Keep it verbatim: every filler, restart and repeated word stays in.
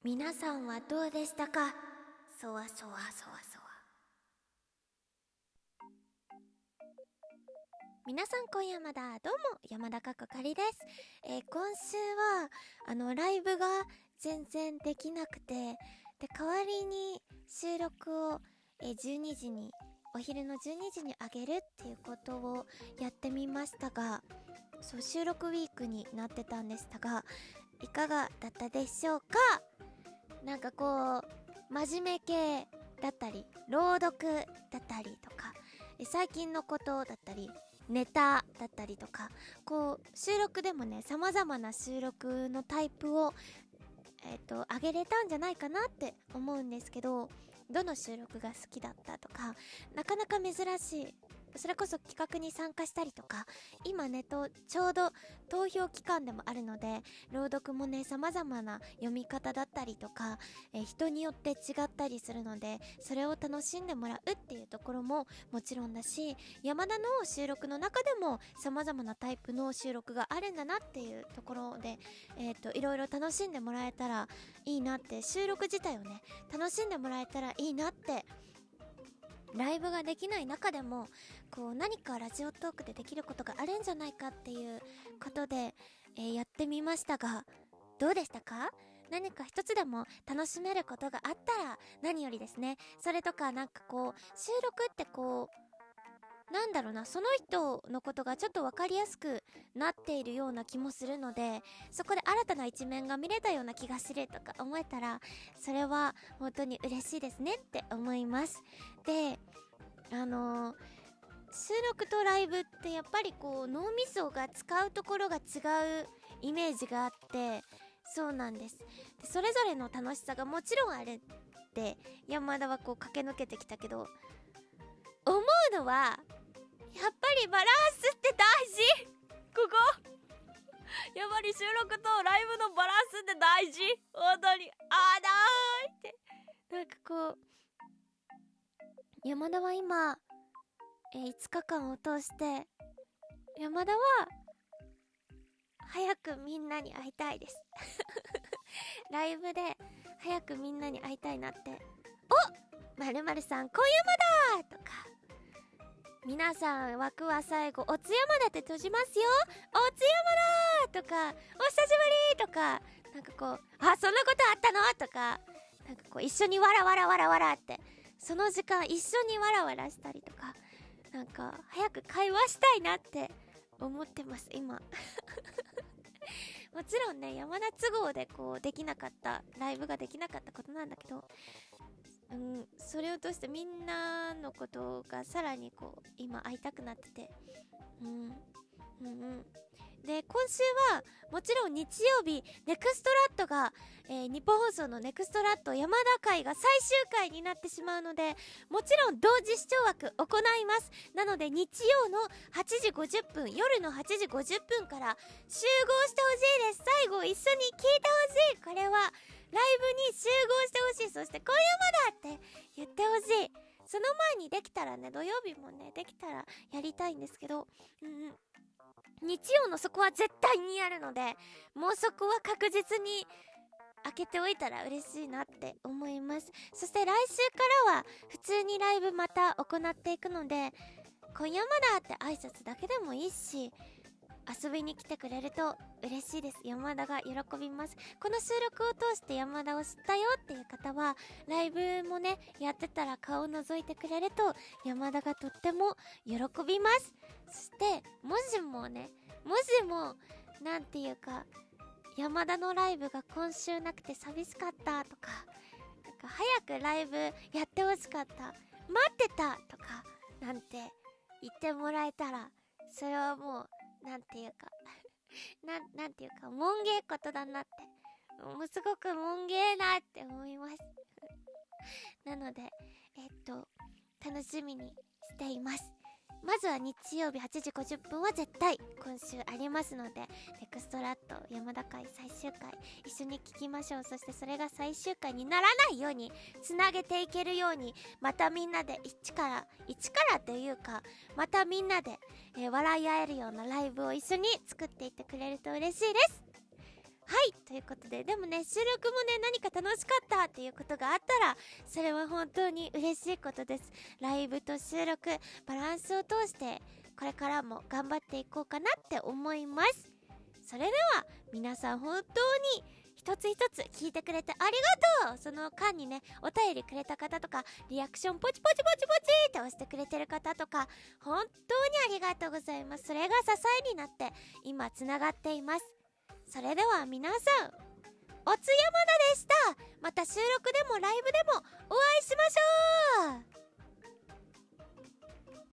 皆さんはどうでしたか？そわそわそわそわ。皆さん今夜まだどうも山田かかかりです。えー、今週はあのライブが全然できなくて、で代わりに収録を、えー、じゅうにじにお昼のじゅうにじにあげるっていうことをやってみましたが、そう収録ウィークになってたんでしたが、いかがだったでしょうか？なんかこう真面目系だったり朗読だったりとか最近のことだったりネタだったりとか、こう収録でもね様々な収録のタイプをえっと上げれたんじゃないかなって思うんですけど、どの収録が好きだったとか、なかなか珍しい、それこそ企画に参加したりとか、今ねとちょうど投票期間でもあるので、朗読もね様々な読み方だったりとか、え人によって違ったりするので、それを楽しんでもらうっていうところももちろんだし、山田の収録の中でも様々なタイプの収録があるんだなっていうところで、えっといろいろ楽しんでもらえたらいいなって、収録自体をね楽しんでもらえたらいいなって、ライブができない中でもこう何かラジオトークでできることがあるんじゃないかっていうことで、えー、やってみましたが、どうでしたか？何か一つでも楽しめることがあったら何よりですね。それとかなんかこう収録ってこうなんだろうな、その人のことがちょっと分かりやすくなっているような気もするので、そこで新たな一面が見れたような気がするとか思えたら、それは本当に嬉しいですねって思います。で、あのー、収録とライブってやっぱりこう脳みそが使うところが違うイメージがあって、そうなんです。でそれぞれの楽しさがもちろんあるって山田はこう駆け抜けてきたけど、思うのはやっぱりバランスって大事。ここやっぱり収録とライブのバランスって大事。本当にあだーいって、なんかこう山田は今、えー、いつかかんを通して山田は早くみんなに会いたいですライブで早くみんなに会いたいなって。お、まるまるさん今夜まだとか、皆さん枠は最後おつやまだって閉じますよ、おつやまだとか、お久しぶりとか、なんかこうあそんなことあったのとか、なんかこう一緒にわらわらわらわらってその時間一緒にわらわらしたりとか、なんか早く会話したいなって思ってます今もちろんね山田都合でこうできなかったライブができなかったことなんだけど、うん、それを通してみんなのことがさらにこう今会いたくなってて、うんうんうん。で今週はもちろん日曜日ネクストラットが、えー、日本放送のネクストラット山田会が最終回になってしまうので、もちろん同時視聴枠行います。なので日曜のはちじごじゅっぷん、夜のはちじごじゅっぷんから集合してほしいです。最後一緒に聞いてほしい。これはライブに集合してほしい。そして今夜まだって言ってほしい。その前にできたらね、土曜日もねできたらやりたいんですけど、うんうん、日曜のそこは絶対にやるので、もうそこは確実に開けておいたら嬉しいなって思います。そして来週からは普通にライブまた行っていくので、今夜まだって挨拶だけでもいいし、遊びに来てくれると嬉しいです。山田が喜びます。この収録を通して山田を知ったよっていう方は、ライブもねやってたら顔を覗いてくれると山田がとっても喜びます。そしてもしもねもしもなんていうか山田のライブが今週なくて寂しかったとか、なんか早くライブやってほしかった、待ってたとかなんて言ってもらえたら、それはもうなんていうかな、なんていうか門芸ことだなって、もうすごく門芸なって思いますなのでえっと楽しみにしています。まずは日曜日はちじごじゅっぷんは絶対今週ありますので、ネクストラット山田会最終回一緒に聞きましょう。そしてそれが最終回にならないようにつなげていけるように、またみんなで一から一からというかまたみんなで、えー、笑い合えるようなライブを一緒に作っていってくれると嬉しいです。 はいということで、でもね収録もね何か楽しかったっていうことがあったら、それは本当に嬉しいことです。ライブと収録バランスを通してこれからも頑張っていこうかなって思います。それでは皆さん本当に一つ一つ聞いてくれてありがとう。その間にねお便りくれた方とか、リアクションポチポチポチポチって押してくれてる方とか、本当にありがとうございます。それが支えになって今つながっています。それでは皆さん、おつやまだでした。また収録でもライブでもお会いしましょう。